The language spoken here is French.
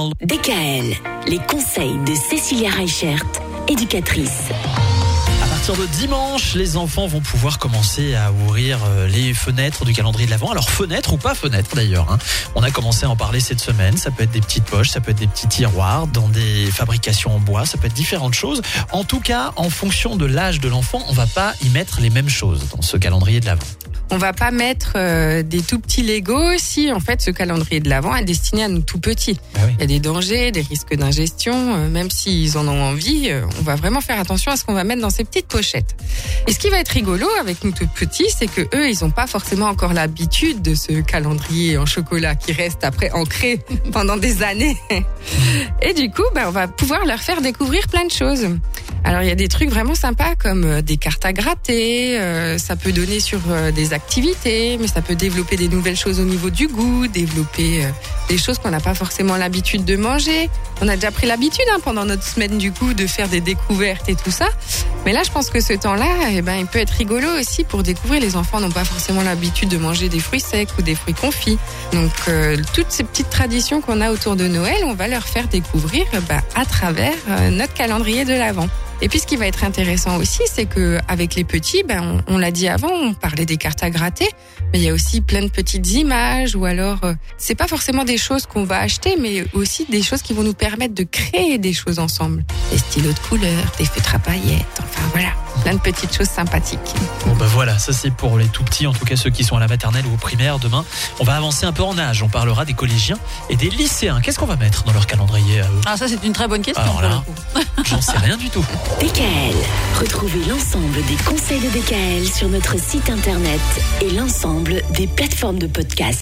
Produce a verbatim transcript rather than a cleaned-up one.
Girl. D K L, les conseils de Cécilia Reichert, éducatrice. À partir de dimanche, les enfants vont pouvoir commencer à ouvrir les fenêtres du calendrier de l'Avent. Alors fenêtres ou pas fenêtres d'ailleurs, hein. On a commencé à en parler cette semaine. Ça peut être des petites poches, ça peut être des petits tiroirs dans des fabrications en bois, ça peut être différentes choses. En tout cas, en fonction de l'âge de l'enfant, on va pas y mettre les mêmes choses dans ce calendrier de l'Avent. On va pas mettre euh, des tout petits Legos si en fait ce calendrier de l'Avent est destiné à nous tout petits. Bah oui. Il y a des dangers, des risques d'ingestion, euh, même s'ils en ont envie, euh, on va vraiment faire attention à ce qu'on va mettre dans ces petites pochettes. Et ce qui va être rigolo avec nous tout petits, c'est que eux, ils ont pas forcément encore l'habitude de ce calendrier en chocolat qui reste après ancré pendant des années. Et du coup, ben, on va pouvoir leur faire découvrir plein de choses. Alors il y a des trucs vraiment sympas comme des cartes à gratter, euh, ça peut donner sur euh, des activités, mais ça peut développer des nouvelles choses au niveau du goût, développer euh, des choses qu'on n'a pas forcément l'habitude de manger. On a déjà pris l'habitude hein, pendant notre semaine du goût de faire des découvertes et tout ça. Mais là je pense que ce temps-là, eh ben, il peut être rigolo aussi pour découvrir. Les enfants n'ont pas forcément l'habitude de manger des fruits secs ou des fruits confits. Donc euh, toutes ces petites traditions qu'on a autour de Noël, on va leur faire découvrir bah, à travers euh, notre calendrier de l'Avent. Et puis ce qui va être intéressant aussi, c'est que avec les petits, ben on, on l'a dit avant, on parlait des cartes à gratter, mais il y a aussi plein de petites images ou alors euh, c'est pas forcément des choses qu'on va acheter, mais aussi des choses qui vont nous permettre de créer des choses ensemble. Des stylos de couleur, des feutres à paillettes, enfin voilà, plein de petites choses sympathiques. Bon ben voilà, ça c'est pour les tout petits, en tout cas ceux qui sont à la maternelle ou au primaire. Demain, on va avancer un peu en âge, on parlera des collégiens et des lycéens. Qu'est-ce qu'on va mettre dans leur calendrier à eux? Ah, ça c'est une très bonne question. Alors pour là, le coup. j'en sais rien du tout. D K L, retrouvez l'ensemble des conseils de D K L sur notre site internet et l'ensemble des plateformes de podcast.